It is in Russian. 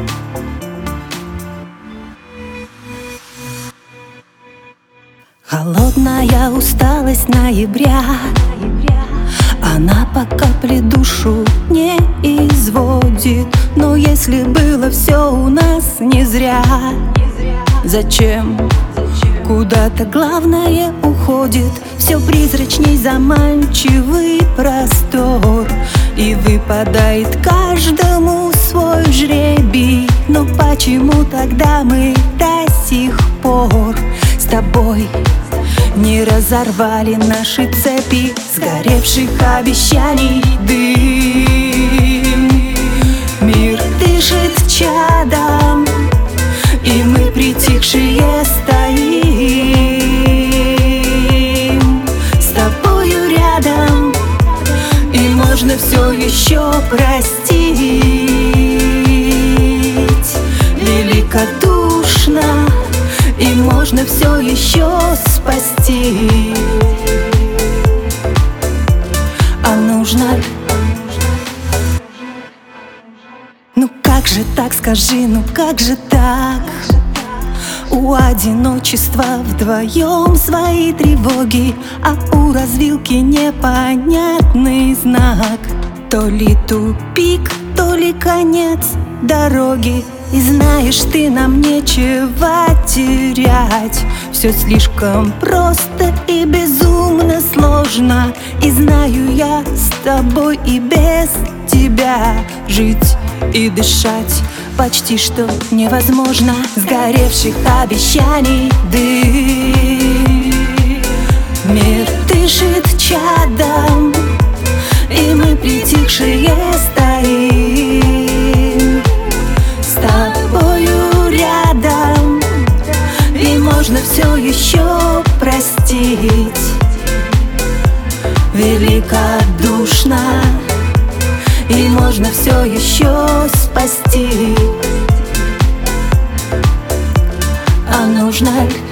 Холодная усталость ноября, она по капле душу не изводит. Но если было все у нас не зря, зачем куда-то главное уходит? Все призрачней заманчивый простор, и выпадает каждому свой жребий. Но почему тогда мы до сих пор с тобой не разорвали наши цепи сгоревших обещаний? Дым, мир дышит чадом, и мы притихшие стоим с тобою рядом, и можно все еще простить великодушно, и можно все еще спасти. А нужно? Ну как же так, скажи, ну как же так? У одиночества вдвоем свои тревоги, а у развилки непонятный знак. То ли тупик, то ли конец дороги. И знаешь, ты, нам нечего терять. Все слишком просто и безумно сложно. И знаю, я с тобой и без тебя жить и дышать почти что невозможно. Сгоревших обещаний дым, мир дышит чадом, и мы притихшие стоим с тобою рядом, и можно все еще простить великодушно, и можно все еще спасти. А нужно